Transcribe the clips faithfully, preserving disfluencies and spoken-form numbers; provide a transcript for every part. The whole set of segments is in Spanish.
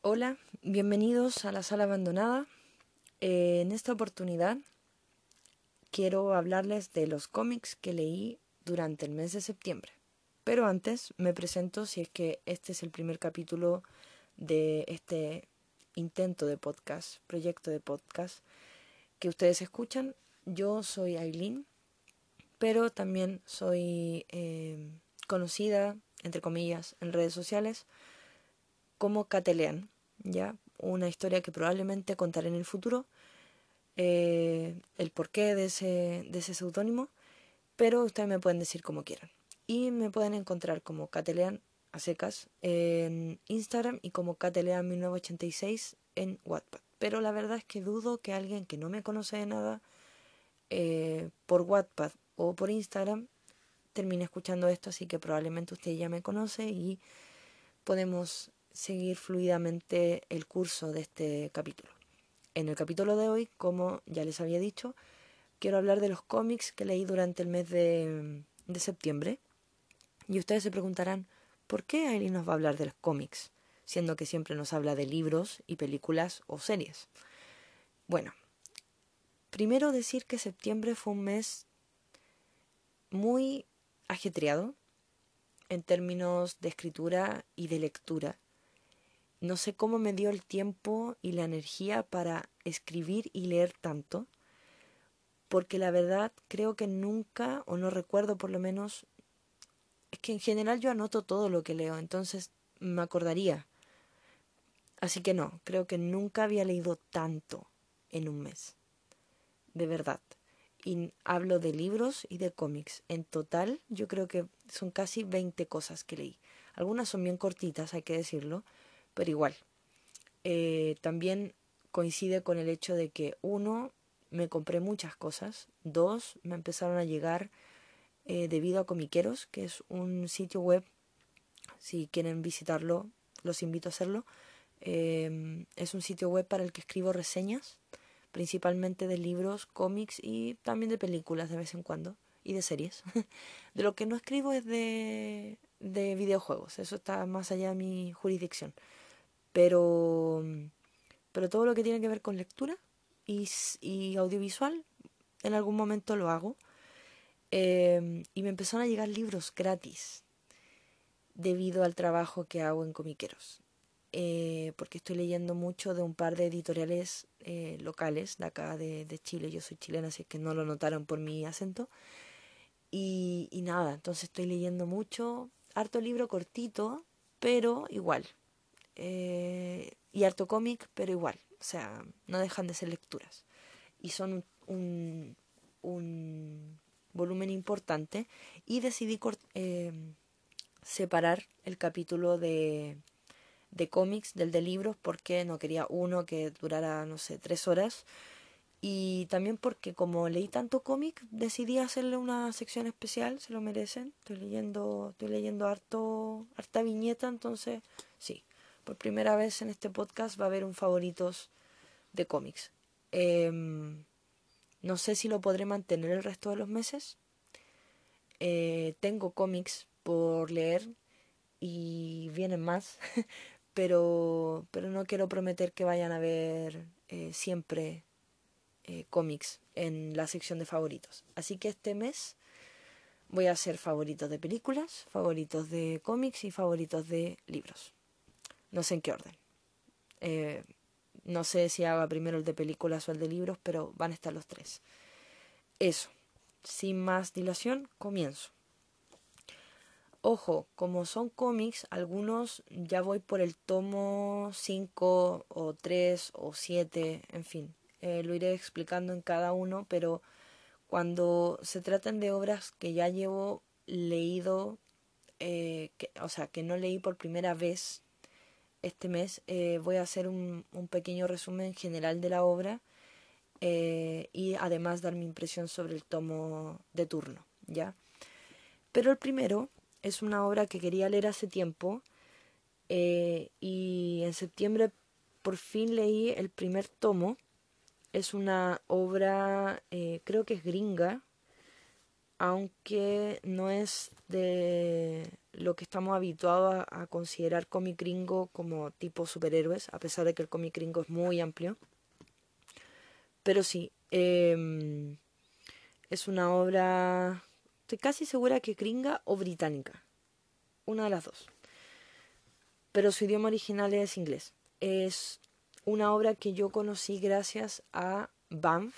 Hola, bienvenidos a la sala abandonada. Eh, en esta oportunidad quiero hablarles de los cómics que leí durante el mes de septiembre. Pero antes me presento si es que este es el primer capítulo de este intento de podcast, proyecto de podcast que ustedes escuchan. Yo soy Aileen, pero también soy eh, conocida, entre comillas, en redes sociales como Catelean, ¿ya? Una historia que probablemente contaré en el futuro, eh, el porqué de ese, de ese seudónimo, pero ustedes me pueden decir como quieran. Y me pueden encontrar como Catelean a secas en Instagram y como Catelean mil novecientos ochenta y seis en Wattpad. Pero la verdad es que dudo que alguien que no me conoce de nada eh, por Wattpad o por Instagram termine escuchando esto, así que probablemente usted ya me conoce y podemos seguir fluidamente el curso de este capítulo. En el capítulo de hoy, como ya les había dicho, quiero hablar de los cómics que leí durante el mes de, de septiembre. Y ustedes se preguntarán, ¿por qué Aileen nos va a hablar de los cómics? Siendo que siempre nos habla de libros y películas o series. Bueno, primero decir que septiembre fue un mes muy ajetreado en términos de escritura y de lectura. No sé cómo me dio el tiempo y la energía para escribir y leer tanto, porque la verdad creo que nunca, o no recuerdo por lo menos, es que en general yo anoto todo lo que leo, entonces me acordaría. Así que no, creo que nunca había leído tanto en un mes, de verdad. Y hablo de libros y de cómics. En total, yo creo que son casi veinte cosas que leí. Algunas son bien cortitas, hay que decirlo, pero igual. Eh, también coincide con el hecho de que, uno, me compré muchas cosas. Dos, me empezaron a llegar eh, debido a Comiqueros, que es un sitio web. Si quieren visitarlo, los invito a hacerlo. Eh, es un sitio web para el que escribo reseñas, principalmente de libros, cómics y también de películas de vez en cuando, y de series. De lo que no escribo es de, de videojuegos, eso está más allá de mi jurisdicción. Pero, pero todo lo que tiene que ver con lectura y, y audiovisual, en algún momento lo hago. Eh, y me empezaron a llegar libros gratis debido al trabajo que hago en Comiqueros. Eh, porque estoy leyendo mucho de un par de editoriales eh, locales de acá de, de Chile. Yo soy chilena, así que no lo notaron por mi acento. Y, y nada, entonces estoy leyendo mucho, harto libro cortito, pero igual. Eh, y harto cómic, pero igual. O sea, no dejan de ser lecturas. Y son un, un, un volumen importante. Y decidí eh, separar el capítulo de de cómics del de libros porque no quería uno que durara, no sé, tres horas. Y también porque como leí tanto cómic, decidí hacerle una sección especial, se lo merecen. Estoy leyendo, estoy leyendo harto, harta viñeta, entonces sí, por primera vez en este podcast va a haber un favoritos de cómics. Eh, no sé si lo podré mantener el resto de los meses. Eh, tengo cómics por leer y vienen más. pero, pero no quiero prometer que vayan a ver eh, siempre eh, cómics en la sección de favoritos. Así que este mes voy a hacer favoritos de películas, favoritos de cómics y favoritos de libros. No sé en qué orden. Eh, no sé si haga primero el de películas o el de libros, pero van a estar los tres. Eso. Sin más dilación, comienzo. Ojo, como son cómics, algunos ya voy por el tomo cinco o tres o siete, en fin. Eh, lo iré explicando en cada uno, pero cuando se tratan de obras que ya llevo leído, eh, que, o sea, que no leí por primera vez este mes, eh, voy a hacer un, un pequeño resumen general de la obra eh, y además dar mi impresión sobre el tomo de turno, ¿ya? Pero el primero es una obra que quería leer hace tiempo eh, y en septiembre por fin leí el primer tomo. Es una obra, eh, creo que es gringa, aunque no es de lo que estamos habituados a, a considerar cómic gringo como tipo superhéroes, a pesar de que el cómic gringo es muy amplio. Pero sí, eh, es una obra, estoy casi segura que gringa o británica, una de las dos. Pero su idioma original es inglés. Es una obra que yo conocí gracias a Banff,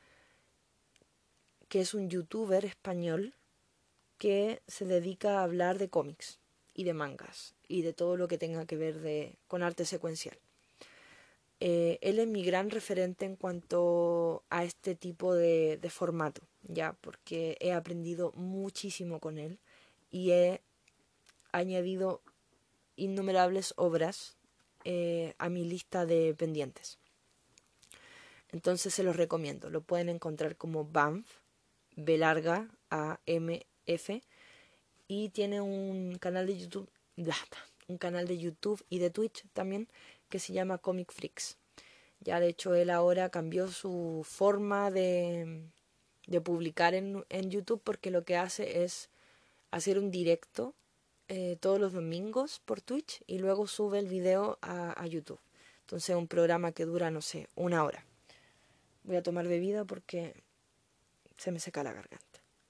que es un youtuber español que se dedica a hablar de cómics y de mangas y de todo lo que tenga que ver de, con arte secuencial. Eh, él es mi gran referente en cuanto a este tipo de, de formato, ya, porque he aprendido muchísimo con él y he añadido innumerables obras eh, a mi lista de pendientes. Entonces se los recomiendo. Lo pueden encontrar como Banff, B larga A M F, y tiene un canal de YouTube, un canal de YouTube y de Twitch también que se llama Comic Freaks. Ya de hecho él ahora cambió su forma de, de publicar en, en YouTube, porque lo que hace es hacer un directo eh, todos los domingos por Twitch y luego sube el video a, a YouTube. Entonces un programa que dura, no sé, una hora. Voy a tomar bebida porque se me seca la garganta.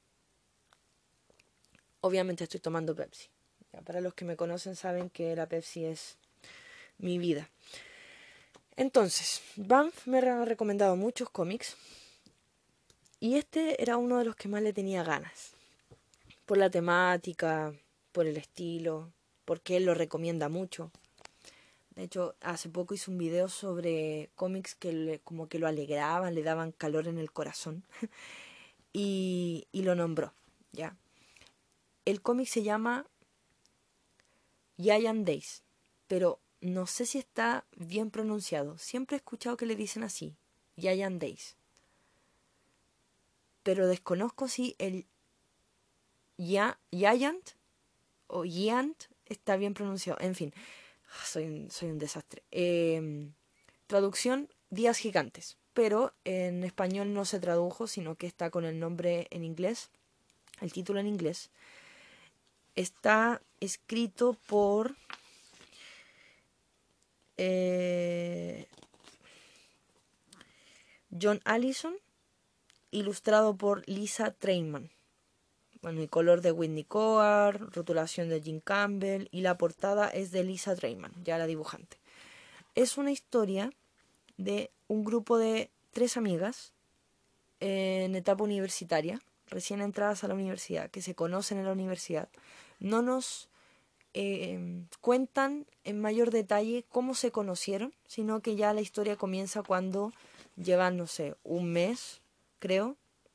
Obviamente estoy tomando Pepsi. Ya, para los que me conocen saben que la Pepsi es mi vida. Entonces, Banff me ha recomendado muchos cómics y este era uno de los que más le tenía ganas. Por la temática, por el estilo, porque él lo recomienda mucho. De hecho, hace poco hice un video sobre cómics que le, como que lo alegraban, le daban calor en el corazón. y, y lo nombró, ¿ya? El cómic se llama Giant Days, pero no sé si está bien pronunciado. Siempre he escuchado que le dicen así, Giant Days. Pero desconozco si el ya, Giant o Giant está bien pronunciado. En fin, soy un, soy un desastre. Eh, traducción, Días Gigantes. Pero en español no se tradujo, sino que está con el nombre en inglés, el título en inglés. Está escrito por eh, John Allison, ilustrado por Lisa Treinman. Bueno, el color de Whitney Coar, rotulación de Jim Campbell y la portada es de Lisa Treinman, ya la dibujante. Es una historia de un grupo de tres amigas en etapa universitaria, recién entradas a la universidad, que se conocen en la universidad. No nos eh, cuentan en mayor detalle cómo se conocieron, sino que ya la historia comienza cuando llevan, no sé, un mes, creo,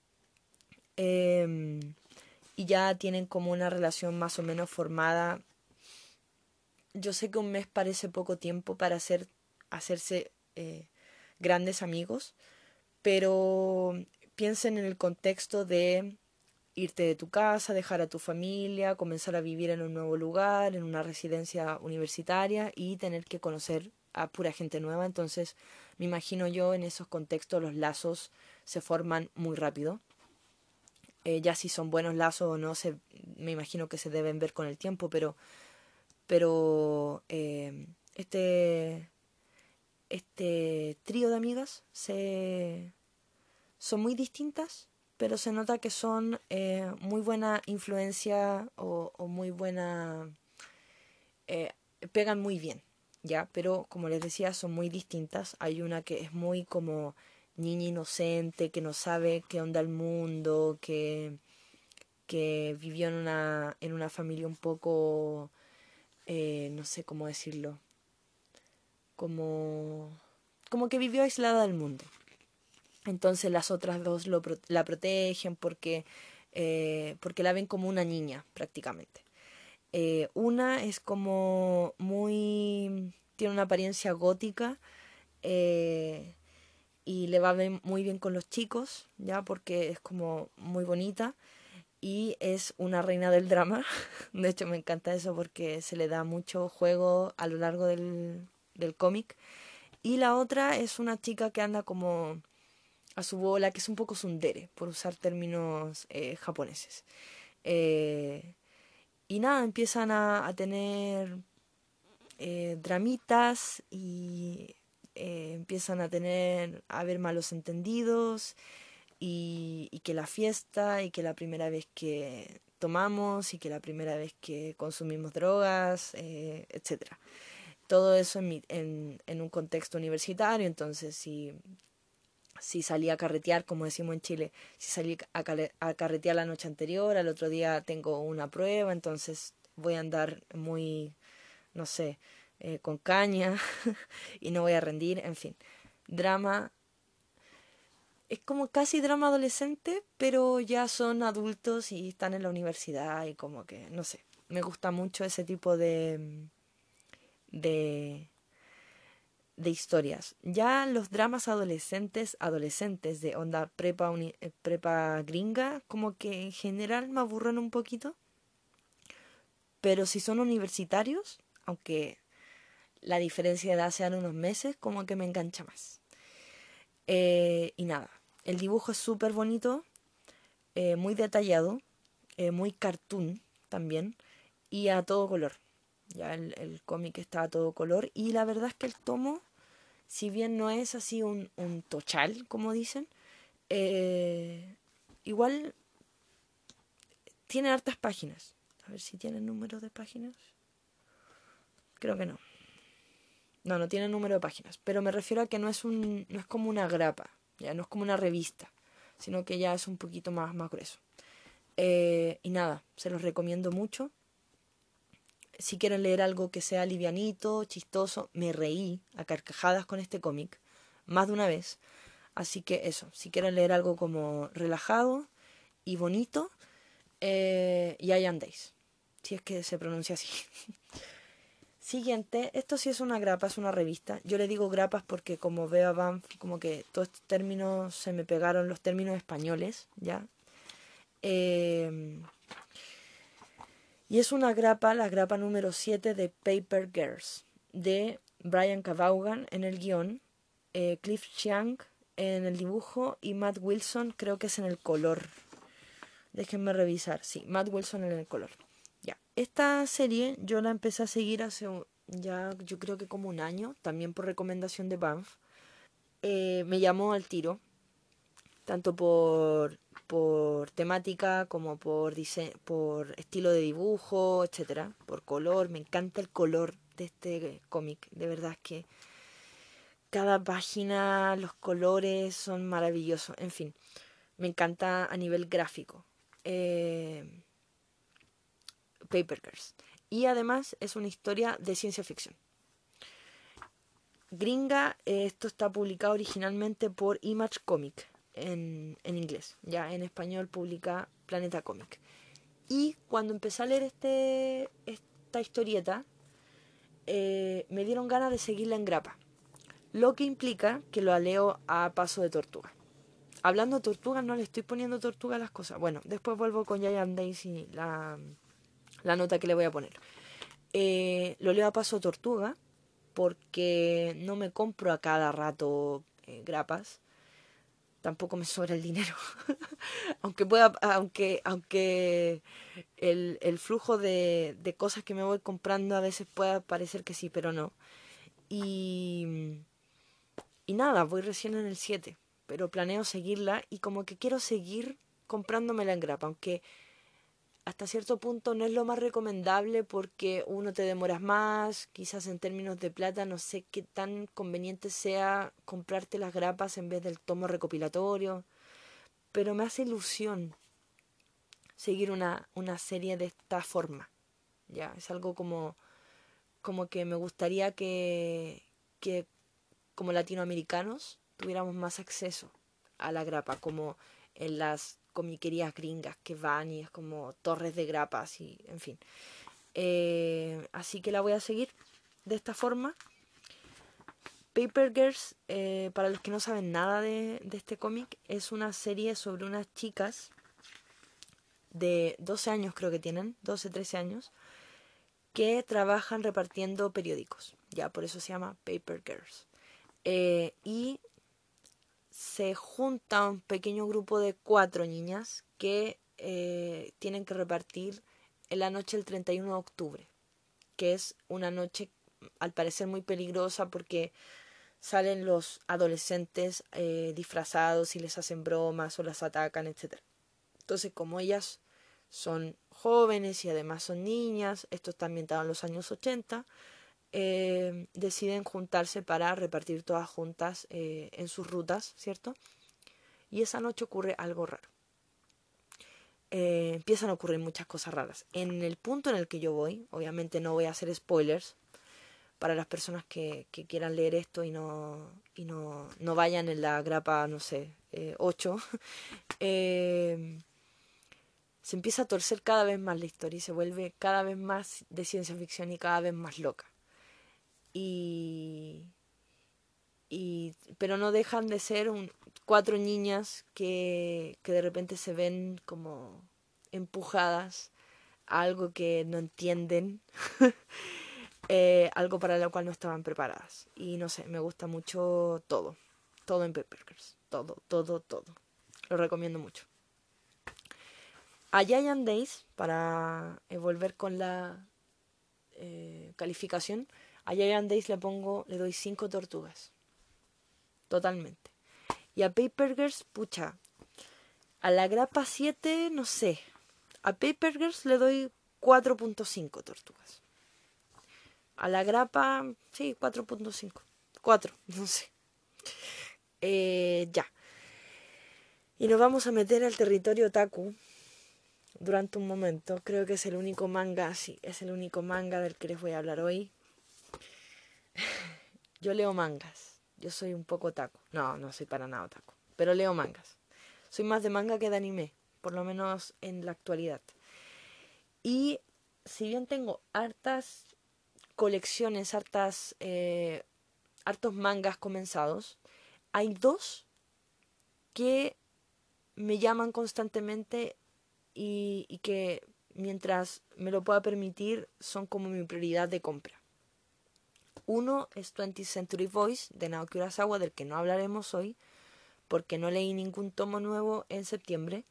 eh, y ya tienen como una relación más o menos formada. Yo sé que un mes parece poco tiempo para hacer, hacerse eh, grandes amigos, pero piensen en el contexto de irte de tu casa, dejar a tu familia, comenzar a vivir en un nuevo lugar, en una residencia universitaria y tener que conocer a pura gente nueva. Entonces, me imagino yo, en esos contextos los lazos se forman muy rápido. Eh, ya si son buenos lazos o no, se, me imagino que se deben ver con el tiempo, pero, pero eh, este, este trío de amigas se, son muy distintas, pero se nota que son eh, muy buena influencia o, o muy buena... Eh, pegan muy bien, ¿ya? Pero como les decía, son muy distintas. Hay una que es muy como niña inocente, que no sabe qué onda el mundo, que, que vivió en una, en una familia un poco, eh, no sé cómo decirlo, como, como que vivió aislada del mundo. Entonces las otras dos lo, la protegen porque, eh, porque la ven como una niña prácticamente. Eh, una es como muy... tiene una apariencia gótica eh, y le va bien, muy bien con los chicos, ya porque es como muy bonita y es una reina del drama. De hecho me encanta eso porque se le da mucho juego a lo largo del, del cómic. Y la otra es una chica que anda como a su bola, que es un poco tsundere, por usar términos eh, japoneses. Eh, y nada, empiezan a, a tener eh, dramitas y eh, empiezan a tener, a haber malos entendidos y, y que la fiesta y que la primera vez que tomamos y que la primera vez que consumimos drogas, eh, etcétera. Todo eso en, mi, en, en un contexto universitario, entonces si, si salí a carretear, como decimos en Chile, si salí a, a carretear la noche anterior, al otro día tengo una prueba, entonces voy a andar muy, no sé, eh, con caña y no voy a rendir, en fin. Drama, es como casi drama adolescente, pero ya son adultos y están en la universidad y como que, no sé, me gusta mucho ese tipo de, de, de historias. Ya los dramas adolescentes, adolescentes de onda prepa, uni, eh, prepa gringa, como que en general me aburren un poquito, pero si son universitarios, aunque la diferencia de edad sean unos meses, como que me engancha más. Eh, y nada, el dibujo es súper bonito, eh, muy detallado, eh, muy cartoon también, y a todo color. Ya el, el cómic está a todo color, y la verdad es que el tomo, si bien no es así un, un tochal, como dicen, eh, igual tiene hartas páginas. A ver si tiene número de páginas. Creo que no. No, no tiene número de páginas. Pero me refiero a que no es un, no es como una grapa, ya no es como una revista, sino que ya es un poquito más, más grueso. Eh, y nada, se los recomiendo mucho. Si quieren leer algo que sea livianito, chistoso, me reí a carcajadas con este cómic, más de una vez. Así que eso, si quieren leer algo como relajado y bonito, eh, y ahí andéis. Si es que se pronuncia así. Siguiente, esto sí es una grapa, es una revista. Yo le digo grapas porque como veo a Banff, como que todos estos términos se me pegaron, los términos españoles, ¿ya? Eh, y es una grapa, la grapa número siete de Paper Girls, de Brian K. Vaughan en el guión, eh, Cliff Chiang en el dibujo y Matt Wilson creo que es en el color. Déjenme revisar, sí, Matt Wilson en el color. Ya, esta serie yo la empecé a seguir hace ya yo creo que como un año, también por recomendación de Banff. Eh, me llamó al tiro, tanto por, por temática como por, dise por estilo de dibujo, etcétera, por color. Me encanta el color de este cómic, de verdad es que cada página, los colores son maravillosos, en fin, me encanta a nivel gráfico. Eh, Paper Girls. Y además es una historia de ciencia ficción. Gringa, eh, esto está publicado originalmente por Image Comic en, en inglés. Ya en español publica Planeta Comic. Y cuando empecé a leer este, esta historieta, eh, me dieron ganas de seguirla en grapa. Lo que implica que lo leo a paso de tortuga. Hablando de tortugas, no le estoy poniendo tortuga a las cosas. Bueno, después vuelvo con Giant Daisy, la, la nota que le voy a poner. Eh, lo leo a paso de tortuga porque no me compro a cada rato eh, grapas. Tampoco me sobra el dinero. aunque pueda, aunque, aunque el, el flujo de, de cosas que me voy comprando a veces pueda parecer que sí, pero no. Y, y nada, voy recién en el siete, pero planeo seguirla y como que quiero seguir comprándomela en grapa, aunque hasta cierto punto no es lo más recomendable porque uno te demoras más, quizás en términos de plata, no sé qué tan conveniente sea comprarte las grapas en vez del tomo recopilatorio, pero me hace ilusión seguir una, una serie de esta forma. Ya, es algo como, como que me gustaría que, que como latinoamericanos tuviéramos más acceso a la grapa, como en las comiquerías gringas que van y es como torres de grapas y en fin. Eh, así que la voy a seguir de esta forma. Paper Girls, eh, para los que no saben nada de, de este cómic, es una serie sobre unas chicas de doce años, creo que tienen, doce trece años, que trabajan repartiendo periódicos. Ya, por eso se llama Paper Girls. Eh, y se junta un pequeño grupo de cuatro niñas que eh, tienen que repartir en la noche del treinta y uno de octubre, que es una noche al parecer muy peligrosa porque salen los adolescentes eh, disfrazados y les hacen bromas o las atacan, etcétera. Entonces, como ellas son jóvenes y además son niñas, esto está ambientado en los años ochenta, eh, deciden juntarse para repartir todas juntas eh, en sus rutas, ¿cierto? Y esa noche ocurre algo raro. Eh, empiezan a ocurrir muchas cosas raras. En el punto en el que yo voy, obviamente no voy a hacer spoilers para las personas que, que quieran leer esto y no, y no, no vayan en la grapa, no sé, eh, ocho, eh, se empieza a torcer cada vez más la historia y se vuelve cada vez más de ciencia ficción y cada vez más loca. Y, y pero no dejan de ser un, cuatro niñas que, que de repente se ven como empujadas a algo que no entienden, eh, algo para lo cual no estaban preparadas. Y no sé, me gusta mucho todo, todo en Pepper Girls, todo, todo, todo. Lo recomiendo mucho. A Giant Days, para eh, volver con la eh, calificación, a Giant Days le pongo, le doy cinco tortugas. Totalmente. Y a Paper Girls, pucha, a la grapa siete, no sé. A Paper Girls le doy cuatro punto cinco tortugas. A la grapa, sí, cuatro punto cinco. cuatro, no sé. Eh, ya. Y nos vamos a meter al territorio otaku durante un momento. Creo que es el único manga, sí, es el único manga del que les voy a hablar hoy. Yo leo mangas. Yo soy un poco otaku. No, no soy para nada otaku. Pero leo mangas. Soy más de manga que de anime. Por lo menos en la actualidad. Y si bien tengo hartas colecciones, hartas, eh, hartos mangas comenzados, hay dos que me llaman constantemente y, y que mientras me lo pueda permitir son como mi prioridad de compra. Uno es twentieth Century Boys de Naoki Urasawa, del que no hablaremos hoy porque no leí ningún tomo nuevo en septiembre.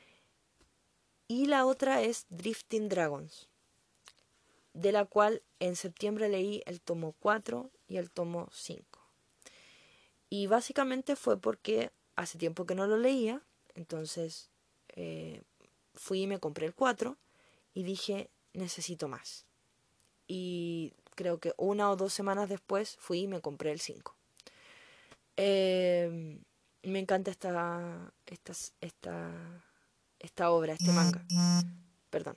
Y la otra es Drifting Dragons, de la cual en septiembre leí el tomo cuatro y el tomo cinco. Y básicamente fue porque hace tiempo que no lo leía, entonces eh, fui y me compré el cuatro y dije, necesito más. Y creo que una o dos semanas después fui y me compré el cinco. Eh, me encanta esta, esta, esta, esta obra, este manga. Perdón.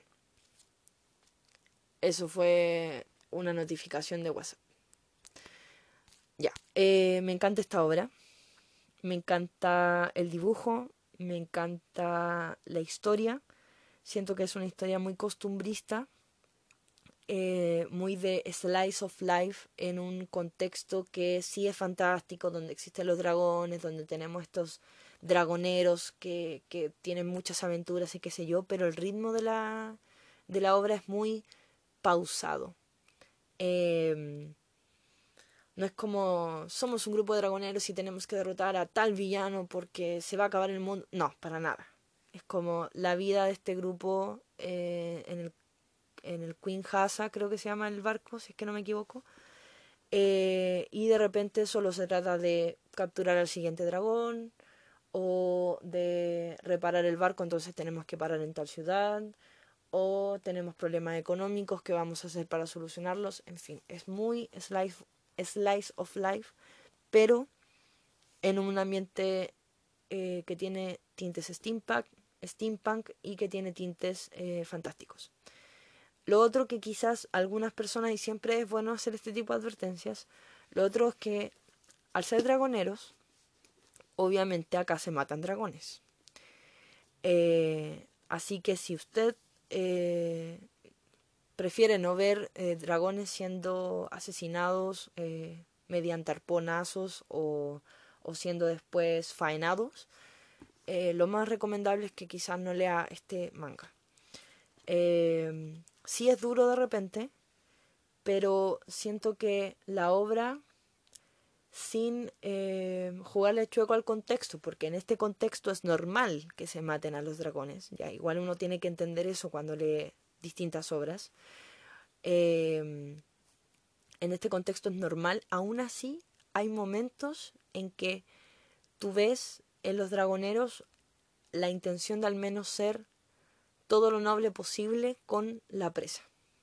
Eso fue una notificación de WhatsApp. Ya. Eh, me encanta esta obra. Me encanta el dibujo. Me encanta la historia. Siento que es una historia muy costumbrista. Eh, muy de slice of life en un contexto que sí es fantástico, donde existen los dragones, donde tenemos estos dragoneros que, que tienen muchas aventuras y qué sé yo, pero el ritmo de la, de la obra es muy pausado. Eh, no es como somos un grupo de dragoneros y tenemos que derrotar a tal villano porque se va a acabar el mundo. No, para nada. Es como la vida de este grupo eh, en el en el Queen Hasa, creo que se llama el barco, si es que no me equivoco. Eh, y de repente solo se trata de capturar al siguiente dragón o de reparar el barco, entonces tenemos que parar en tal ciudad o tenemos problemas económicos, ¿qué vamos a hacer para solucionarlos? En fin, es muy slice, slice of life, pero en un ambiente eh, que tiene tintes steampunk, steampunk y que tiene tintes eh, fantásticos. Lo otro que quizás algunas personas, y siempre es bueno hacer este tipo de advertencias, lo otro es que al ser dragoneros, obviamente acá se matan dragones. Eh, así que si usted eh, prefiere no ver eh, dragones siendo asesinados eh, mediante arponazos o, o siendo después faenados, eh, lo más recomendable es que quizás no lea este manga. Eh, sí es duro de repente, pero siento que la obra, sin eh, jugarle chueco al contexto, porque en este contexto es normal que se maten a los dragones, ya igual uno tiene que entender eso cuando lee distintas obras. Eh, en este contexto es normal. Aún así, hay momentos en que tú ves en los dragoneros la intención de al menos ser todo lo noble posible con la presa.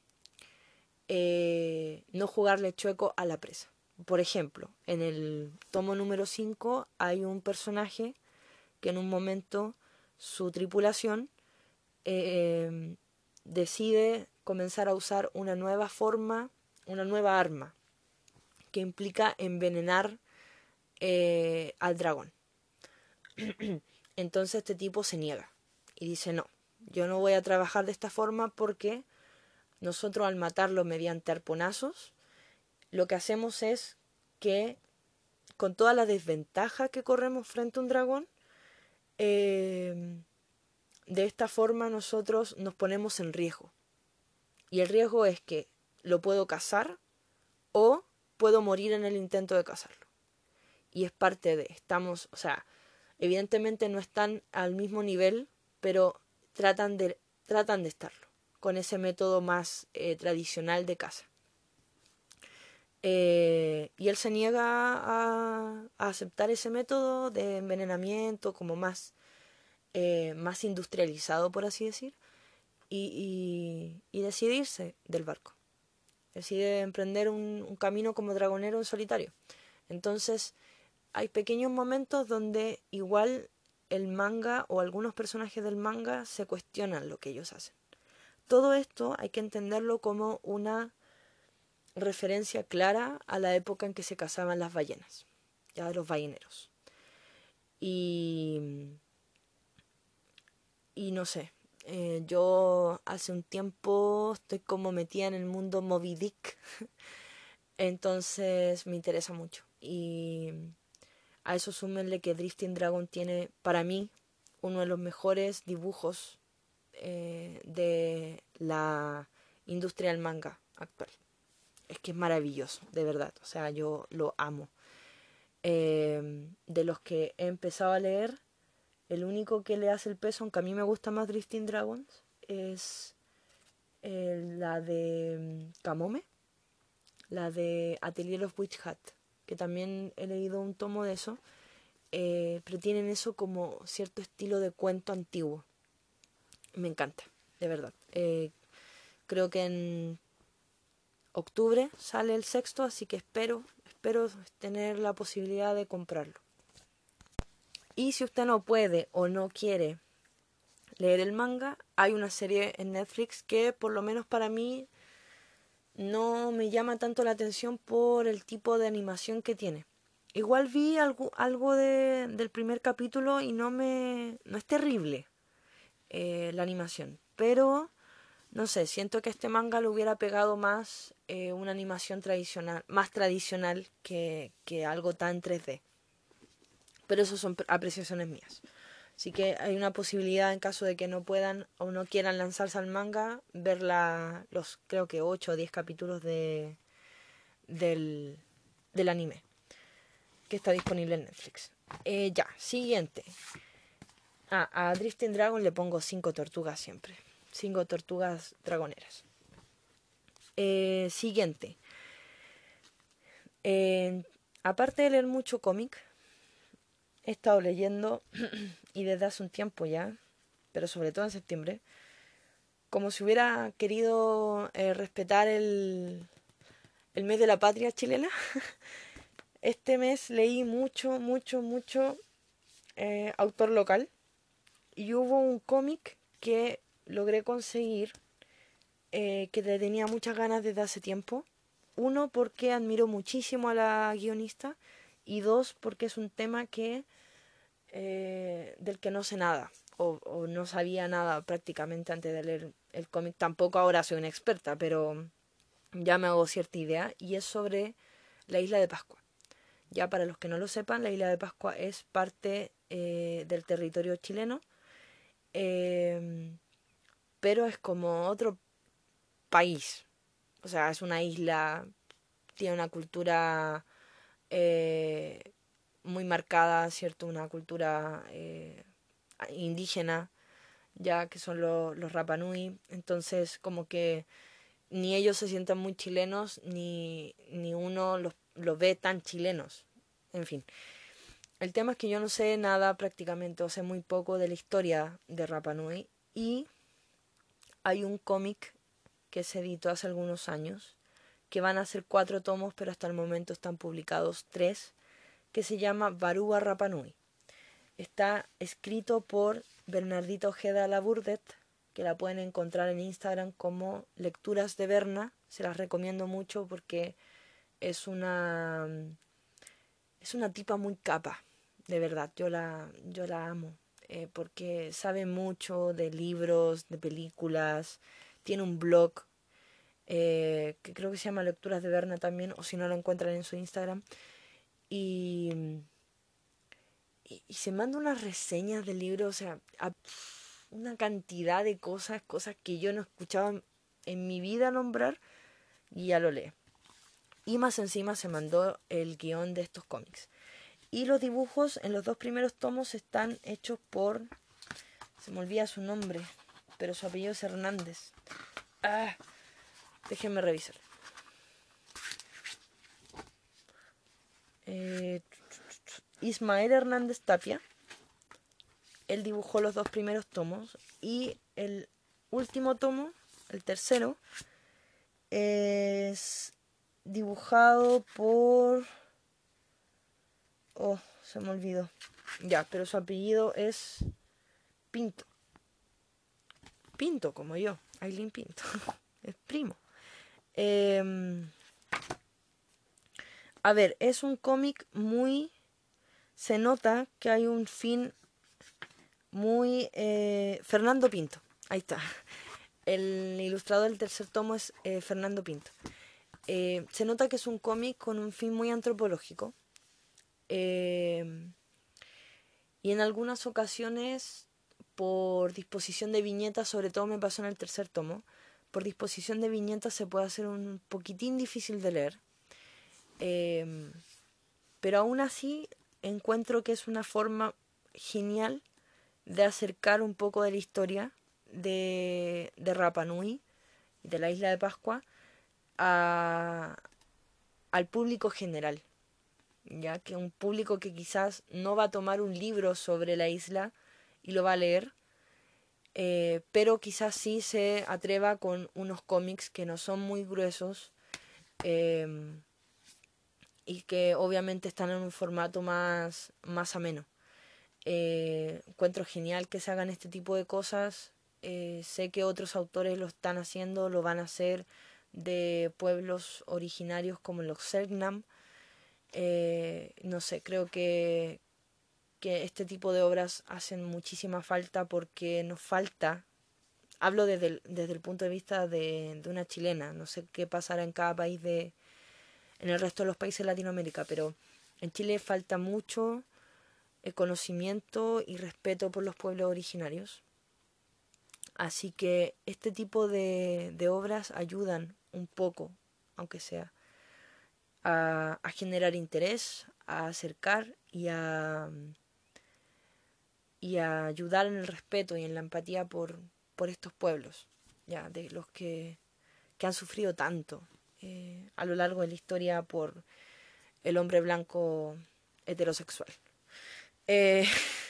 Eh, no jugarle chueco a la presa. Por ejemplo, en el tomo número cinco hay un personaje que en un momento su tripulación eh, decide comenzar a usar una nueva forma, una nueva arma, que implica envenenar eh, al dragón. Entonces este tipo se niega y dice no, yo no voy a trabajar de esta forma porque nosotros al matarlo mediante arponazos, lo que hacemos es que con toda la desventaja que corremos frente a un dragón, eh, de esta forma nosotros nos ponemos en riesgo. Y el riesgo es que lo puedo cazar o puedo morir en el intento de cazarlo. Y es parte de, estamos, o sea, evidentemente no están al mismo nivel, pero tratan de, tratan de estarlo, con ese método más eh, tradicional de caza. Eh, y él se niega a, a, aceptar ese método de envenenamiento como más, eh, más industrializado, por así decir, y, y, y decide irse del barco. Decide emprender un, un camino como dragonero en solitario. Entonces, hay pequeños momentos donde igual el manga o algunos personajes del manga se cuestionan lo que ellos hacen. Todo esto hay que entenderlo como una referencia clara a la época en que se cazaban las ballenas, ya de los balleneros. Y, y no sé, eh, yo hace un tiempo estoy como metida en el mundo Moby Dick, entonces me interesa mucho. Y a eso súmenle que Drifting Dragon tiene, para mí, uno de los mejores dibujos eh, de la industria del manga actual. Es que es maravilloso, de verdad. O sea, yo lo amo. Eh, de los que he empezado a leer, el único que le hace el peso, aunque a mí me gusta más Drifting Dragons, es eh, la de mm, Kamome, la de Atelier of Witch Hat, que también he leído un tomo de eso, eh, pero tienen eso como cierto estilo de cuento antiguo. Me encanta, de verdad. Eh, creo que en octubre sale el sexto, así que espero, espero tener la posibilidad de comprarlo. Y si usted no puede o no quiere leer el manga, hay una serie en Netflix que por lo menos para mí no me llama tanto la atención por el tipo de animación que tiene. Igual vi algo, algo de, del primer capítulo y no me... no es terrible eh, la animación, pero no sé, siento que este manga le hubiera pegado más eh, una animación tradicional, más tradicional que, que algo tan tres D. Pero eso son apreciaciones mías. Así que hay una posibilidad en caso de que no puedan o no quieran lanzarse al manga, ver la, los creo que ocho o diez capítulos de, del, del anime que está disponible en Netflix. Eh, ya, siguiente. Ah, a Drifting Dragon le pongo cinco tortugas siempre. Cinco tortugas dragoneras. Eh, siguiente. Eh, aparte de leer mucho cómic, he estado leyendo, y desde hace un tiempo ya, pero sobre todo en septiembre, como si hubiera querido eh, respetar el, el mes de la patria chilena. Este mes leí mucho, mucho, mucho eh, autor local. Y hubo un cómic que logré conseguir, eh, que le tenía muchas ganas desde hace tiempo. Uno, porque admiro muchísimo a la guionista. Y dos, porque es un tema que eh, del que no sé nada. O, o no sabía nada prácticamente antes de leer el cómic. Tampoco ahora soy una experta, pero ya me hago cierta idea. Y es sobre la isla de Pascua. Ya para los que no lo sepan, la isla de Pascua es parte eh, del territorio chileno. Eh, pero es como otro país. O sea, es una isla, tiene una cultura eh, muy marcada, ¿cierto? Una cultura eh, indígena. ya que son los, los Rapa Nui. Entonces, como que ni ellos se sientan muy chilenos, ni, ni uno los, los ve tan chilenos. En fin. El tema es que yo no sé nada prácticamente, o sé muy poco de la historia de Rapa Nui. Y hay un cómic que se editó hace algunos años, que van a ser cuatro tomos, pero hasta el momento están publicados tres, que se llama Varúa Rapa Nui. Está escrito por Bernardita Ojeda Laburdet, que la pueden encontrar en Instagram como Lecturas de Berna. Se las recomiendo mucho porque es una es una tipa muy capa, de verdad. Yo la yo la amo eh, porque sabe mucho de libros, de películas. Tiene un blog eh, que creo que se llama Lecturas de Berna también, o si no lo encuentran en su Instagram. Y y, y se manda unas reseñas de libros, o sea, a, una cantidad de cosas, cosas que yo no escuchaba en, en mi vida nombrar, y ya lo lee. Y más encima se mandó el guión de estos cómics. Y los dibujos en los dos primeros tomos están hechos por... Se me olvida su nombre, pero su apellido es Hernández. Ah, déjenme revisar. Eh, Ismael Hernández Tapia. Él dibujó los dos primeros tomos y el último tomo, el tercero, es dibujado por... Oh, se me olvidó. Ya, pero su apellido es Pinto. Pinto, como yo. Aileen Pinto. Es primo. Eh, a ver, es un cómic muy... Se nota que hay un fin muy... Eh, Fernando Pinto. Ahí está. El ilustrador del tercer tomo es eh, Fernando Pinto. Eh, se nota que es un cómic con un fin muy antropológico. Eh, y en algunas ocasiones, por disposición de viñetas, sobre todo me pasó en el tercer tomo, por disposición de viñetas se puede hacer un poquitín difícil de leer. Eh, pero aún así encuentro que es una forma genial de acercar un poco de la historia de, de Rapa Nui, de la isla de Pascua, a, al público general, ya que un público que quizás no va a tomar un libro sobre la isla y lo va a leer, eh, pero quizás sí se atreva con unos cómics que no son muy gruesos eh, y que obviamente están en un formato más, más ameno. Eh, encuentro genial que se hagan este tipo de cosas. Eh, sé que otros autores lo están haciendo, lo van a hacer de pueblos originarios como los Selknam. Eh, no sé, creo que, que este tipo de obras hacen muchísima falta porque nos falta, hablo desde el, desde el punto de vista de, de una chilena, no sé qué pasará en cada país de, en el resto de los países de Latinoamérica, pero en Chile falta mucho el conocimiento y respeto por los pueblos originarios. Así que este tipo de, de obras ayudan un poco, aunque sea, a, a generar interés, a acercar y a, y a ayudar en el respeto y en la empatía por, por estos pueblos, ya de los que, que han sufrido tanto eh, a lo largo de la historia por el hombre blanco heterosexual. Eh,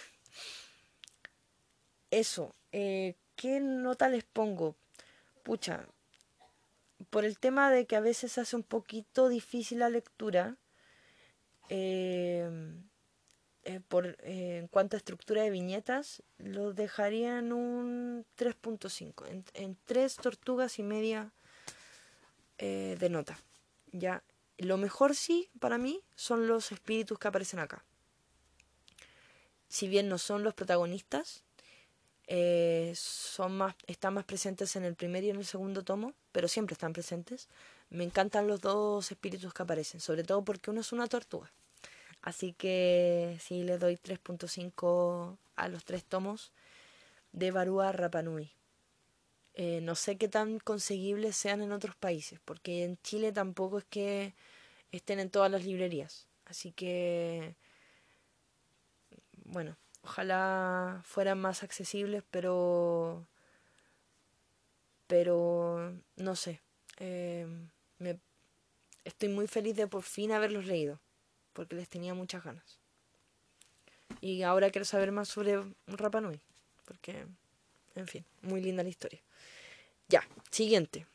eso, eh, ¿qué nota les pongo? Pucha, por el tema de que a veces se hace un poquito difícil la lectura, eh, eh, por, eh, en cuanto a estructura de viñetas, lo dejaría en un tres punto cinco, en, en tres tortugas y media eh, de nota. Ya, lo mejor sí, para mí, son los espíritus que aparecen acá. Si bien no son los protagonistas, eh, son más, están más presentes en el primer y en el segundo tomo, pero siempre están presentes. Me encantan los dos espíritus que aparecen, sobre todo porque uno es una tortuga. Así que sí, le doy tres punto cinco a los tres tomos de Varúa Rapa Nui. Eh, no sé qué tan conseguibles sean en otros países, porque en Chile tampoco es que estén en todas las librerías. Así que, bueno, Ojalá fueran más accesibles, pero pero no sé. Eh, me, estoy muy feliz de por fin haberlos leído, porque les tenía muchas ganas. Y ahora quiero saber más sobre Rapa Nui, porque, en fin, muy linda la historia. Ya, siguiente.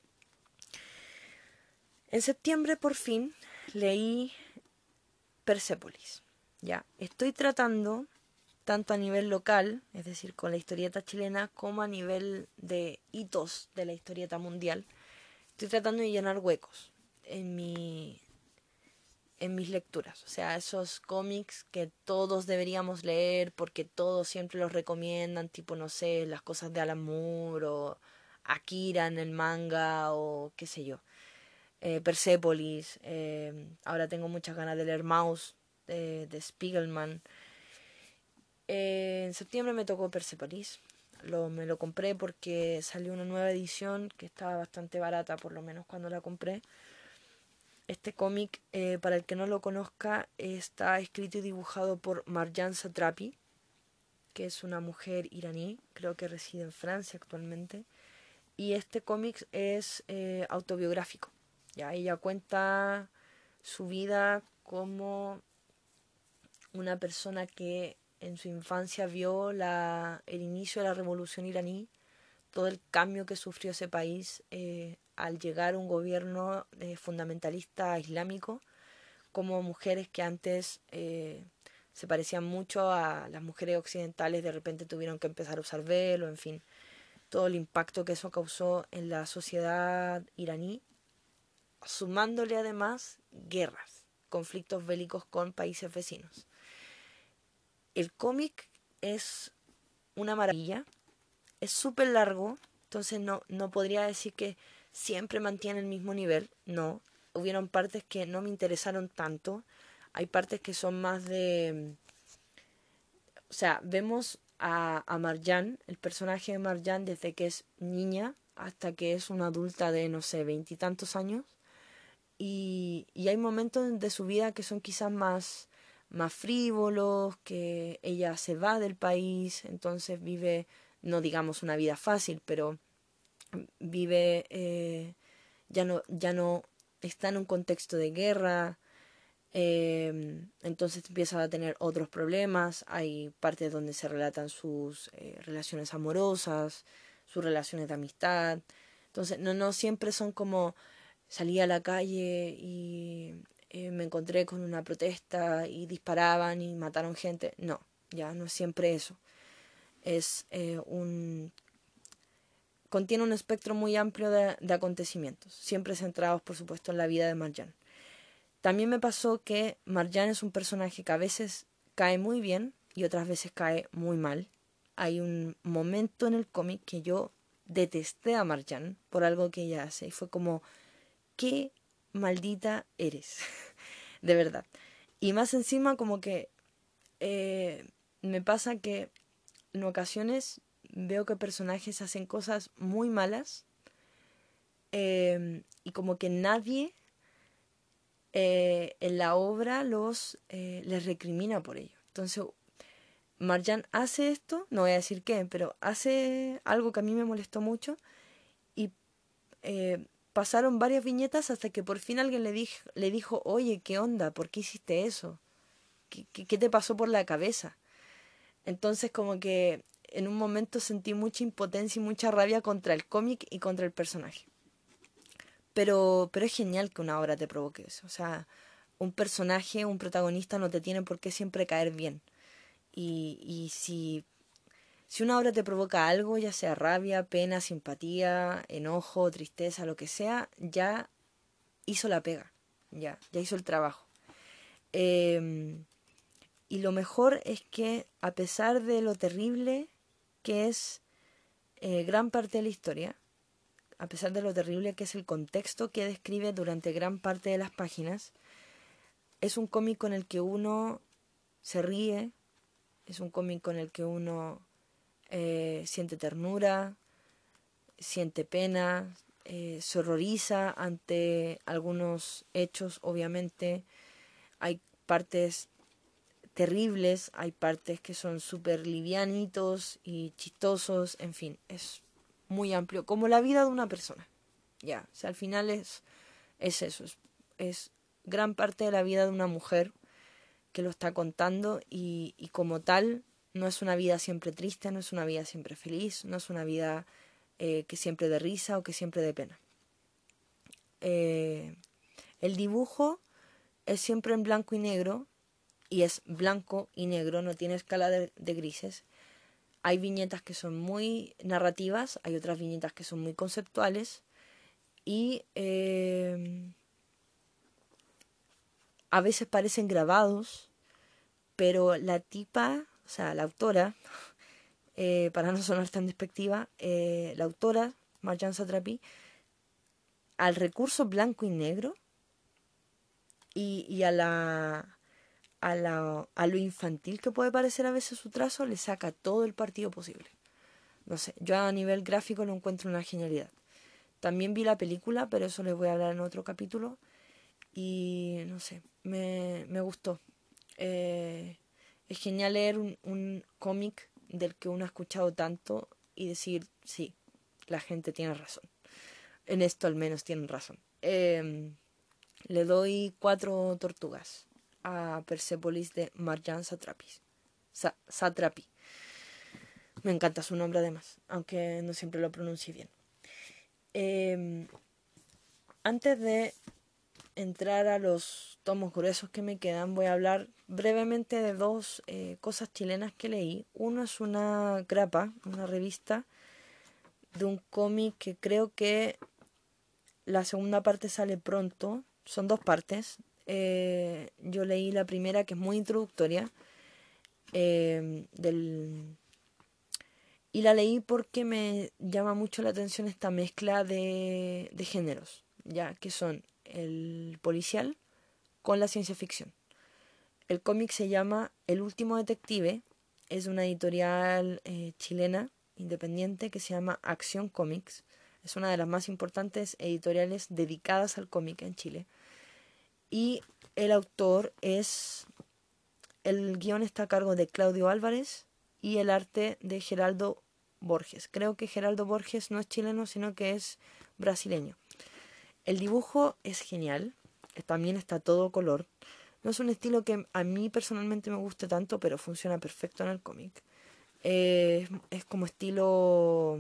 En septiembre por fin leí Persépolis. Ya, estoy tratando tanto a nivel local, es decir, con la historieta chilena, como a nivel de hitos de la historieta mundial. Estoy tratando de llenar huecos en mi en mis lecturas. O sea, esos cómics que todos deberíamos leer porque todos siempre los recomiendan, tipo, no sé, las cosas de Alan Moore o Akira en el manga o qué sé yo. Eh, Persepolis. Eh, ahora tengo muchas ganas de leer Mouse de, de Spiegelman. Eh, en septiembre me tocó Persepolis. Lo, me lo compré porque salió una nueva edición que estaba bastante barata, por lo menos cuando la compré. Este cómic, eh, para el que no lo conozca, está escrito y dibujado por Marjan Satrapi, que es una mujer iraní, creo que reside en Francia actualmente. Y este cómic es eh, autobiográfico. Ya ella cuenta su vida como una persona que en su infancia vio la, el inicio de la revolución iraní, todo el cambio que sufrió ese país eh, al llegar un gobierno eh, fundamentalista islámico, como mujeres que antes eh, se parecían mucho a las mujeres occidentales, de repente tuvieron que empezar a usar velo, en fin, todo el impacto que eso causó en la sociedad iraní, sumándole además guerras, conflictos bélicos con países vecinos. El cómic es una maravilla, es súper largo, entonces no, no podría decir que siempre mantiene el mismo nivel, no. Hubieron partes que no me interesaron tanto, hay partes que son más de... O sea, vemos a, a Marjan, el personaje de Marjan, desde que es niña hasta que es una adulta de, no sé, veintitantos años. Y, y hay momentos de su vida que son quizás más, más frívolos, que ella se va del país, entonces vive, no digamos una vida fácil, pero vive, eh, ya, no, ya no está en un contexto de guerra, eh, entonces empieza a tener otros problemas, hay partes donde se relatan sus eh, relaciones amorosas, sus relaciones de amistad, entonces no, no siempre son como salí a la calle y eh, me encontré con una protesta y disparaban y mataron gente. No, ya no es siempre eso. Es eh, un... Contiene un espectro muy amplio de, de acontecimientos, siempre centrados, por supuesto, en la vida de Marjan. También me pasó que Marjan es un personaje que a veces cae muy bien y otras veces cae muy mal. Hay un momento en el cómic que yo detesté a Marjan por algo que ella hace y fue como, qué maldita eres, de verdad. Y más encima como que eh, me pasa que en ocasiones veo que personajes hacen cosas muy malas eh, y como que nadie eh, en la obra los eh, les recrimina por ello. Entonces Marjan hace esto, no voy a decir qué, pero hace algo que a mí me molestó mucho y eh, pasaron varias viñetas hasta que por fin alguien le, dij- le dijo, oye, ¿qué onda? ¿Por qué hiciste eso? ¿Qué, qué, qué te pasó por la cabeza? Entonces como que en un momento sentí mucha impotencia y mucha rabia contra el cómic y contra el personaje. Pero, pero es genial que una obra te provoque eso. O sea, un personaje, un protagonista no te tiene por qué siempre caer bien. Y, y si, si una obra te provoca algo, ya sea rabia, pena, simpatía, enojo, tristeza, lo que sea, ya hizo la pega, ya, ya hizo el trabajo. Eh, y lo mejor es que a pesar de lo terrible que es eh, gran parte de la historia, a pesar de lo terrible que es el contexto que describe durante gran parte de las páginas, es un cómic con el que uno se ríe, es un cómic con el que uno eh, siente ternura, siente pena, eh, se horroriza ante algunos hechos, obviamente. Hay partes terribles, hay partes que son súper livianitos y chistosos, en fin, es muy amplio, como la vida de una persona. Ya, o sea, al final es, es eso, es, es gran parte de la vida de una mujer que lo está contando y, y como tal no es una vida siempre triste, no es una vida siempre feliz, no es una vida eh, que siempre de risa o que siempre de pena. Eh, el dibujo es siempre en blanco y negro y es blanco y negro, no tiene escala de, de grises. Hay viñetas que son muy narrativas, hay otras viñetas que son muy conceptuales y eh, a veces parecen grabados, pero la tipa, o sea, la autora, eh, para no sonar tan despectiva, eh, la autora, Marjane Satrapi, al recurso blanco y negro y, y a la a la a lo infantil que puede parecer a veces su trazo, le saca todo el partido posible. No sé, yo a nivel gráfico lo encuentro una genialidad. También vi la película, pero eso les voy a hablar en otro capítulo. Y no sé, me, me gustó. Eh, es genial leer un, un cómic del que uno ha escuchado tanto y decir, sí, la gente tiene razón. En esto al menos tienen razón. Eh, le doy cuatro tortugas a Persepolis de Marjane Satrapi. Sa- Satrapi. Me encanta su nombre además, aunque no siempre lo pronuncie bien. Eh, antes de entrar a los tomos gruesos que me quedan, voy a hablar brevemente de dos eh, cosas chilenas que leí. Uno es una grapa, una revista de un cómic que creo que la segunda parte sale pronto. Son dos partes. Eh, yo leí la primera, que es muy introductoria, eh, del... y la leí porque me llama mucho la atención esta mezcla de, de géneros, ya que son el policial con la ciencia ficción. El cómic se llama El último detective, es una editorial eh, chilena independiente que se llama Acción Comics. Es una de las más importantes editoriales dedicadas al cómic en Chile. Y el autor es... El guión está a cargo de Claudio Álvarez y el arte de Geraldo Borges. Creo que Geraldo Borges no es chileno, sino que es brasileño. El dibujo es genial, también está todo color. No es un estilo que a mí personalmente me guste tanto, pero funciona perfecto en el cómic. Eh, es como estilo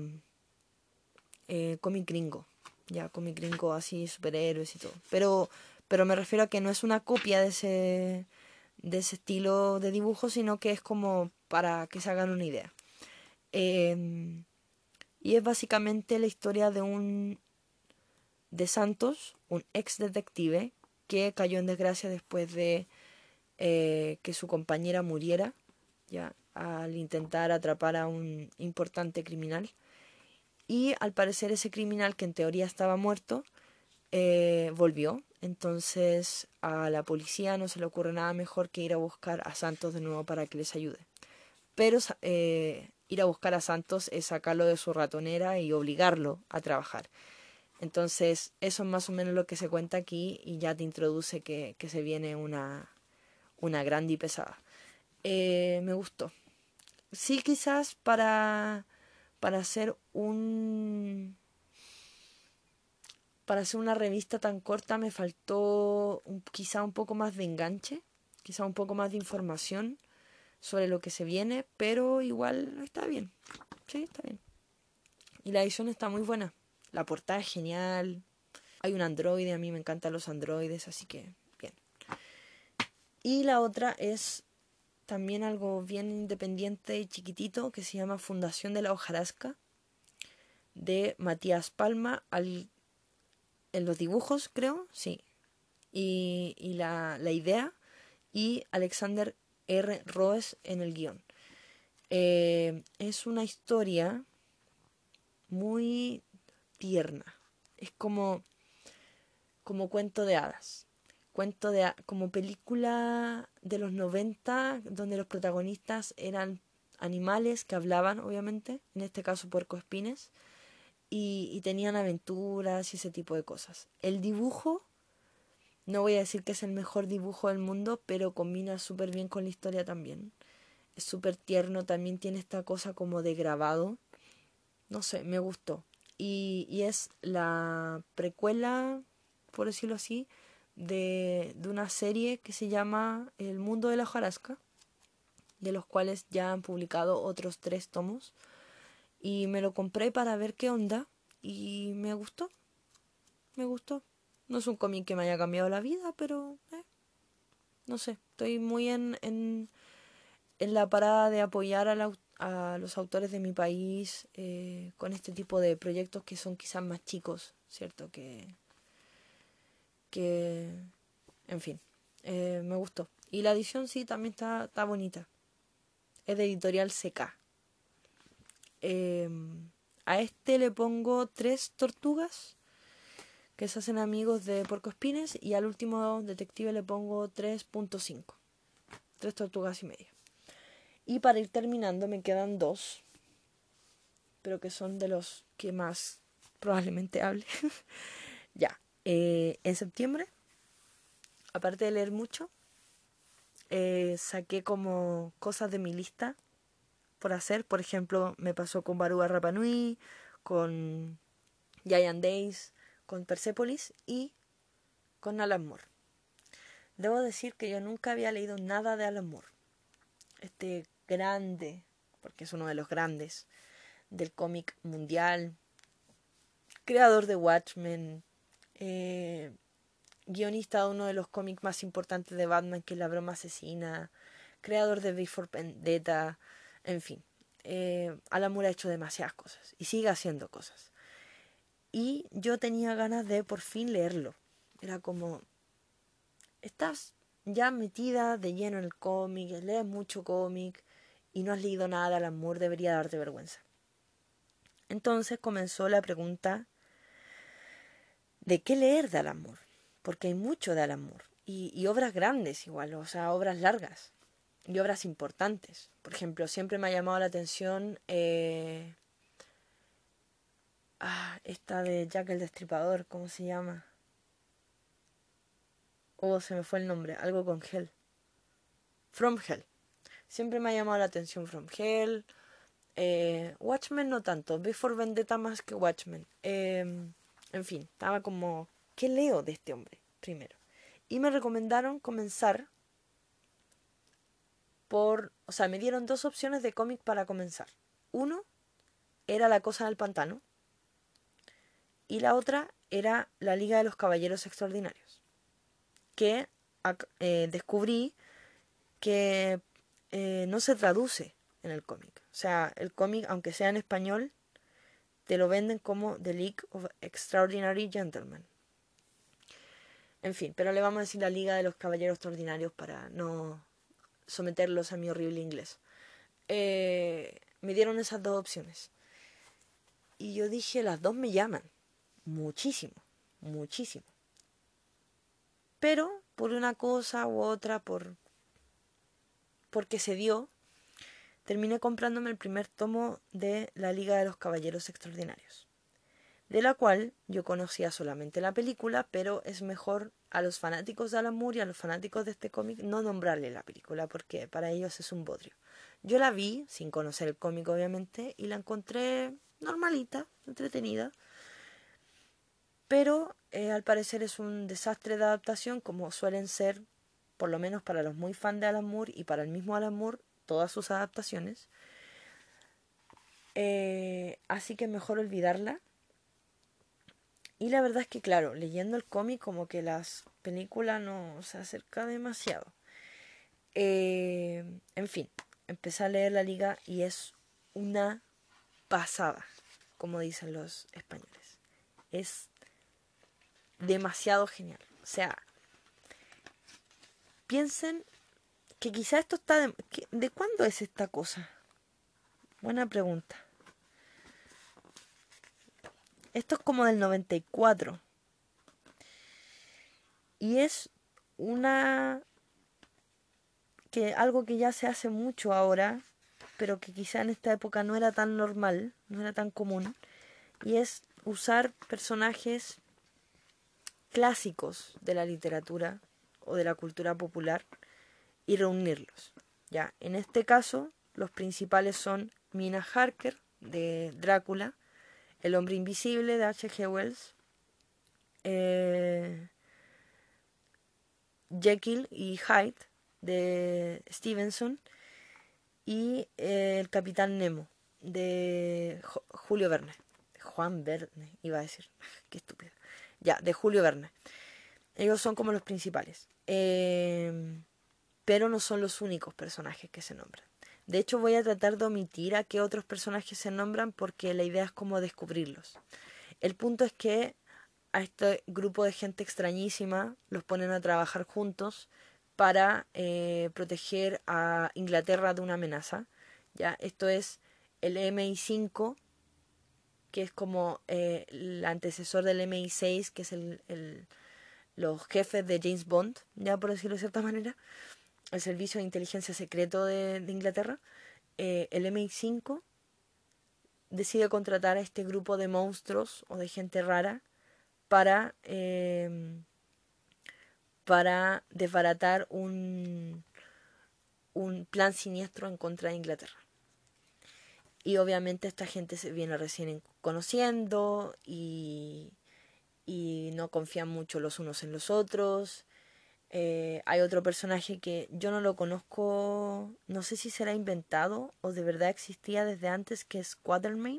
eh, cómic gringo, ya cómic gringo así, superhéroes y todo. Pero, pero me refiero a que no es una copia de ese, de ese estilo de dibujo, sino que es como para que se hagan una idea. Eh, y es básicamente la historia de un de Santos, un ex detective que cayó en desgracia después de eh, que su compañera muriera, ya al intentar atrapar a un importante criminal. Y al parecer ese criminal, que en teoría estaba muerto, eh, volvió. Entonces a la policía no se le ocurre nada mejor que ir a buscar a Santos de nuevo para que les ayude. Pero eh, ir a buscar a Santos es sacarlo de su ratonera y obligarlo a trabajar. Entonces eso es más o menos lo que se cuenta aquí y ya te introduce que, que se viene una, una grande y pesada. Eh, me gustó. Sí, quizás para, para hacer un... Para hacer una revista tan corta me faltó un, quizá un poco más de enganche, quizá un poco más de información sobre lo que se viene, pero igual está bien. Sí, está bien. Y la edición está muy buena. La portada es genial. Hay un androide, a mí me encantan los androides, así que bien. Y la otra es también algo bien independiente y chiquitito que se llama Fundación de la Hojarasca, de Matías Palma al, en los dibujos, creo, sí. Y, y la, la idea, y Alexander R. Roes en el guión. Eh, es una historia muy tierna. Es como, como cuento de hadas. Cuento de como película de los noventa donde los protagonistas eran animales que hablaban, obviamente, en este caso puercoespines, y, y tenían aventuras y ese tipo de cosas. El dibujo No voy a decir que es el mejor dibujo del mundo, pero combina súper bien con la historia también. Es súper tierno, también tiene esta cosa como de grabado. No sé, me gustó. Y, y es la precuela, por decirlo así, de, de una serie que se llama El mundo de la hojarasca, de los cuales ya han publicado otros tres tomos. Y me lo compré para ver qué onda y me gustó, me gustó. No es un cómic que me haya cambiado la vida, pero eh, no sé, estoy muy en, en, en la parada de apoyar a, la, a los autores de mi país eh, con este tipo de proyectos que son quizás más chicos, ¿cierto? Que, que en fin, eh, me gustó. Y la edición sí, también está, está bonita. Es de editorial C K. Eh, a este le pongo tres tortugas que se hacen amigos de Puercoespines y al último detective le pongo tres punto cinco. Tres tortugas y media. Y para ir terminando me quedan dos, pero que son de los que más probablemente hable. Ya, eh, en septiembre, aparte de leer mucho, eh, saqué como cosas de mi lista por hacer. Por ejemplo, me pasó con Baruga Rapa Nui, con Giant Days, con Persepolis y con Alan Moore. Debo decir que yo nunca había leído nada de Alan Moore. Este grande, porque es uno de los grandes del cómic mundial, creador de Watchmen, eh, guionista de uno de los cómics más importantes de Batman, que es La Broma Asesina, creador de V for Vendetta, en fin. Eh, Alan Moore ha hecho demasiadas cosas y sigue haciendo cosas. Y yo tenía ganas de por fin leerlo. Era como, estás ya metida de lleno en el cómic, lees mucho cómic y no has leído nada de Alan Moore, debería darte vergüenza. Entonces comenzó la pregunta de qué leer de Alan Moore, porque hay mucho de Alan Moore y, y obras grandes igual, o sea, obras largas y obras importantes. Por ejemplo, siempre me ha llamado la atención eh, ah, esta de Jack el Destripador, ¿cómo se llama? Oh, se me fue el nombre, algo con Hell. From Hell. Siempre me ha llamado la atención From Hell. Eh, Watchmen no tanto, Before Vendetta más que Watchmen. Eh, en fin, estaba como, ¿qué leo de este hombre primero? Y me recomendaron comenzar por, o sea, me dieron dos opciones de cómic para comenzar. Uno era La Cosa del Pantano y la otra era La Liga de los Caballeros Extraordinarios, que eh, descubrí que eh, no se traduce en el cómic. O sea, el cómic, aunque sea en español, te lo venden como The League of Extraordinary Gentlemen. En fin, pero le vamos a decir la Liga de los Caballeros Extraordinarios para no someterlos a mi horrible inglés. Eh, me dieron esas dos opciones. Y yo dije, las dos me llaman. Muchísimo, muchísimo. Pero por una cosa u otra, por porque se dio, terminé comprándome el primer tomo de La Liga de los Caballeros Extraordinarios, de la cual yo conocía solamente la película, pero es mejor a los fanáticos de Alan Moore y a los fanáticos de este cómic no nombrarle la película, porque para ellos es un bodrio. Yo la vi, sin conocer el cómic obviamente, y la encontré normalita, entretenida, pero eh, al parecer es un desastre de adaptación, como suelen ser, por lo menos para los muy fans de Alan Moore y para el mismo Alan Moore, todas sus adaptaciones. Eh, así que mejor olvidarla. Y la verdad es que, claro, leyendo el cómic como que las películas no se acerca demasiado. Eh, en fin, empecé a leer la liga y es una pasada, como dicen los españoles. Es demasiado genial. O sea, piensen que quizá esto está... De, ¿de cuándo es esta cosa? Buena pregunta. Esto es como del noventa y cuatro. Y es una... que algo que ya se hace mucho ahora, pero que quizá en esta época no era tan normal, no era tan común, y es usar personajes clásicos de la literatura o de la cultura popular y reunirlos. Ya, en este caso, los principales son Mina Harker, de Drácula, El hombre invisible, de H G. Wells, eh, Jekyll y Hyde, de Stevenson, y eh, El capitán Nemo, de Jo- Julio Verne. Juan Verne, iba a decir. Qué estúpido. Ya, de Julio Verne. Ellos son como los principales. Eh, pero no son los únicos personajes que se nombran. De hecho, voy a tratar de omitir a qué otros personajes se nombran porque la idea es como descubrirlos. El punto es que a este grupo de gente extrañísima los ponen a trabajar juntos para eh, proteger a Inglaterra de una amenaza. ¿Ya? Esto es el M I cinco, que es como eh, el antecesor del M I seis, que es el, el, los jefes de James Bond, ya por decirlo de cierta manera, el servicio de inteligencia secreto de, de Inglaterra. Eh, el M I cinco decide contratar a este grupo de monstruos o de gente rara para, eh, para desbaratar un, un plan siniestro en contra de Inglaterra. Y obviamente esta gente se viene recién conociendo y, y no confían mucho los unos en los otros. Eh, hay otro personaje que yo no lo conozco, no sé si será inventado o de verdad existía desde antes, que es Quatermain,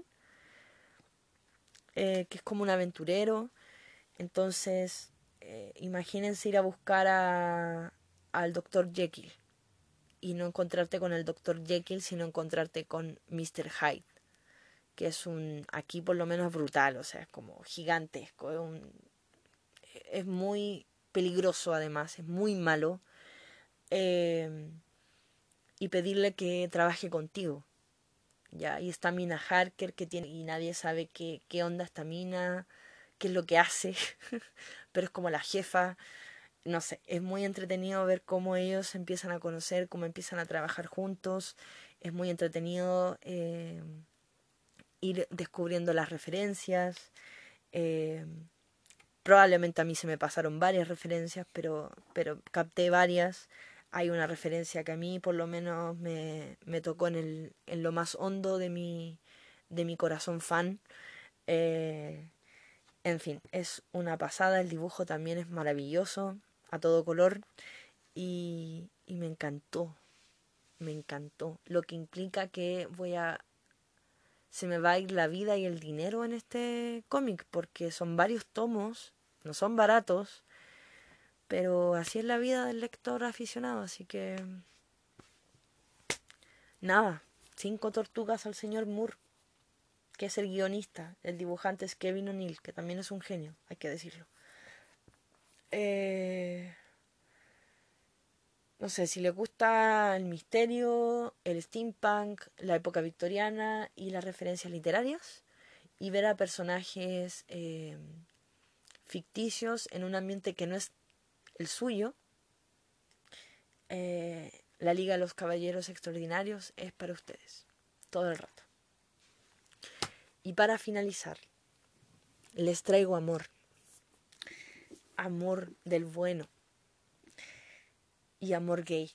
eh, que es como un aventurero. Entonces, eh, imagínense ir a buscar a, al doctor Jekyll y no encontrarte con el doctor Jekyll, sino encontrarte con míster Hyde, que es un, aquí por lo menos brutal, o sea, es como gigantesco, es, un, es muy peligroso además, es muy malo, eh, y pedirle que trabaje contigo. Ya, y está Mina Harker que tiene, y nadie sabe qué, qué onda esta mina, qué es lo que hace, pero es como la jefa. No sé, es muy entretenido ver cómo ellos se empiezan a conocer, cómo empiezan a trabajar juntos. Es muy entretenido eh, ir descubriendo las referencias. Eh, Probablemente a mí se me pasaron varias referencias, pero, pero capté varias. Hay una referencia que a mí por lo menos me, me tocó en, el, en lo más hondo de mi, de mi corazón fan. Eh, en fin, es una pasada, el dibujo también es maravilloso, a todo color, y, y me encantó, me encantó. Lo que implica que voy a... se me va a ir la vida y el dinero en este cómic, porque son varios tomos, no son baratos, pero así es la vida del lector aficionado, así que... nada, cinco tortugas al señor Moore, que es el guionista. El dibujante es Kevin O'Neill, que también es un genio, hay que decirlo. Eh... No sé, si les gusta el misterio, el steampunk, la época victoriana y las referencias literarias, y ver a personajes eh, ficticios en un ambiente que no es el suyo, eh, la Liga de los Caballeros Extraordinarios es para ustedes, todo el rato. Y para finalizar, les traigo amor, amor del bueno y amor gay.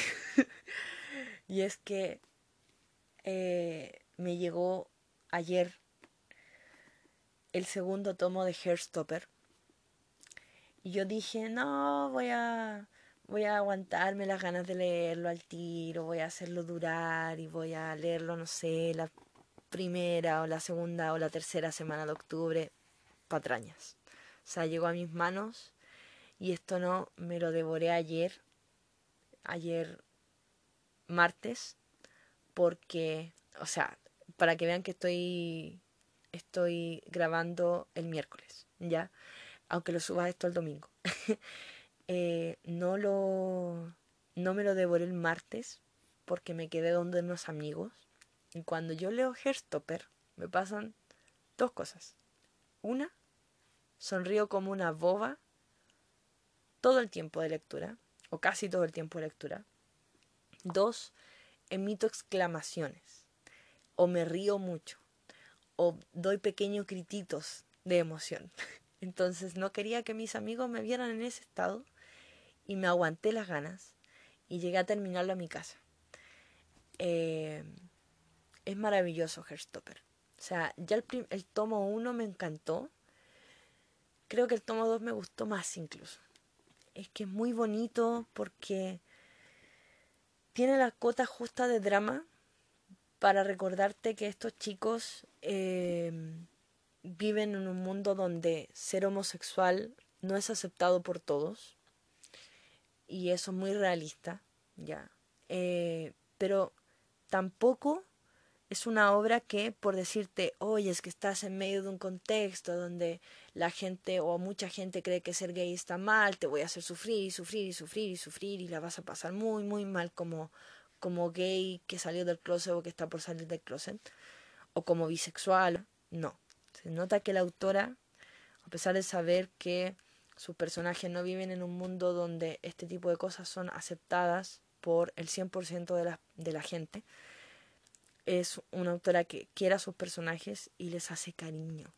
Y es que eh, me llegó ayer el segundo tomo de Hairstopper. Y yo dije, no, voy a, voy a aguantarme las ganas de leerlo al tiro, voy a hacerlo durar y voy a leerlo, no sé, la primera o la segunda o la tercera semana de octubre, patrañas. O sea, llegó a mis manos y esto no, me lo devoré ayer, ayer martes, porque, o sea, para que vean que estoy, estoy grabando el miércoles, ¿ya? Aunque lo suba esto el domingo. eh, no lo, no me lo devoré el martes porque me quedé donde unos amigos. Y cuando yo leo Hairstopper, me pasan dos cosas. Una, sonrío como una boba todo el tiempo de lectura, o casi todo el tiempo de lectura. Dos, emito exclamaciones, o me río mucho, o doy pequeños grititos de emoción. Entonces no quería que mis amigos me vieran en ese estado y me aguanté las ganas y llegué a terminarlo a mi casa. Eh, es maravilloso Heartstopper. O sea, ya el, prim- el tomo uno me encantó. Creo que el tomo dos me gustó más incluso. Es que es muy bonito porque tiene la cota justa de drama para recordarte que estos chicos eh, viven en un mundo donde ser homosexual no es aceptado por todos y eso es muy realista, ya. Eh, pero tampoco es una obra que por decirte, oye, es que estás en medio de un contexto donde la gente o mucha gente cree que ser gay está mal, te voy a hacer sufrir y sufrir y sufrir y sufrir y la vas a pasar muy, muy mal como, como gay que salió del closet o que está por salir del closet, o como bisexual. No. Se nota que la autora, a pesar de saber que sus personajes no viven en un mundo donde este tipo de cosas son aceptadas por el cien por ciento de la, de la gente, es una autora que quiere a sus personajes y les hace cariño.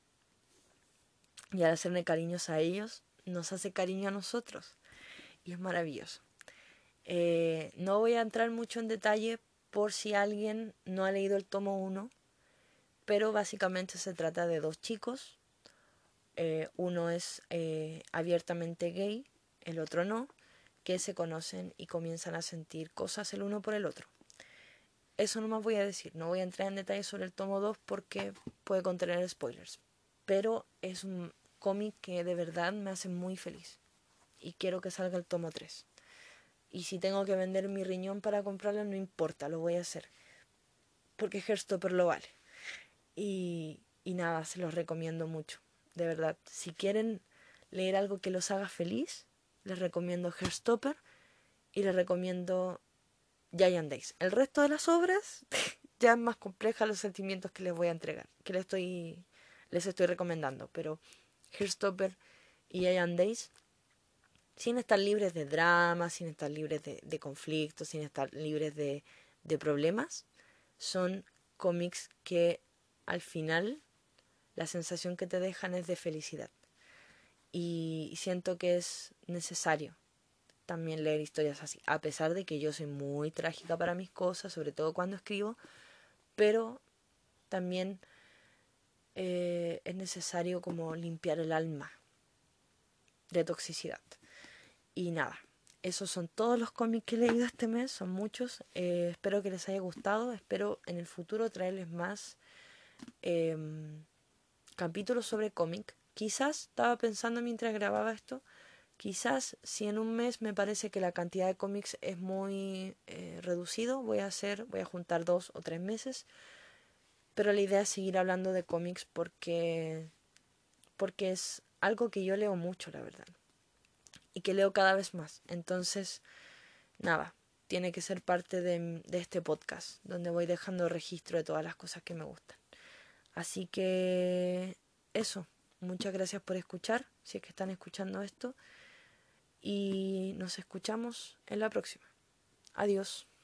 Y al hacerle cariños a ellos, nos hace cariño a nosotros. Y es maravilloso. Eh, no voy a entrar mucho en detalle por si alguien no ha leído el tomo uno, pero básicamente se trata de dos chicos. Eh, uno es eh, abiertamente gay, el otro no, que se conocen y comienzan a sentir cosas el uno por el otro. Eso no más voy a decir, no voy a entrar en detalle sobre el tomo dos porque puede contener spoilers. Pero es un cómic que de verdad me hace muy feliz. Y quiero que salga el tomo tres. Y si tengo que vender mi riñón para comprarlo, no importa, lo voy a hacer. Porque Heartstopper lo vale. Y, y nada, se los recomiendo mucho. De verdad, si quieren leer algo que los haga feliz, les recomiendo Heartstopper y les recomiendo Giant Days. El resto de las obras ya es más compleja los sentimientos que les voy a entregar, que les estoy, les estoy recomendando, pero Heartstopper y Giant Days, sin estar libres de drama, sin estar libres de, de conflictos, sin estar libres de, de problemas, son cómics que al final la sensación que te dejan es de felicidad. Y siento que es necesario también leer historias así, a pesar de que yo soy muy trágica para mis cosas, sobre todo cuando escribo, pero también eh, es necesario como limpiar el alma de toxicidad. Y nada, esos son todos los cómics que he leído este mes, son muchos. Eh, espero que les haya gustado, espero en el futuro traerles más eh, capítulos sobre cómic. Quizás estaba pensando mientras grababa esto, quizás si en un mes me parece que la cantidad de cómics es muy eh, reducido, voy a hacer, voy a juntar dos o tres meses. Pero la idea es seguir hablando de cómics porque porque es algo que yo leo mucho, la verdad, y que leo cada vez más. Entonces, nada, tiene que ser parte de, de este podcast, donde voy dejando registro de todas las cosas que me gustan. Así que eso, muchas gracias por escuchar, si es que están escuchando esto, y nos escuchamos en la próxima. Adiós.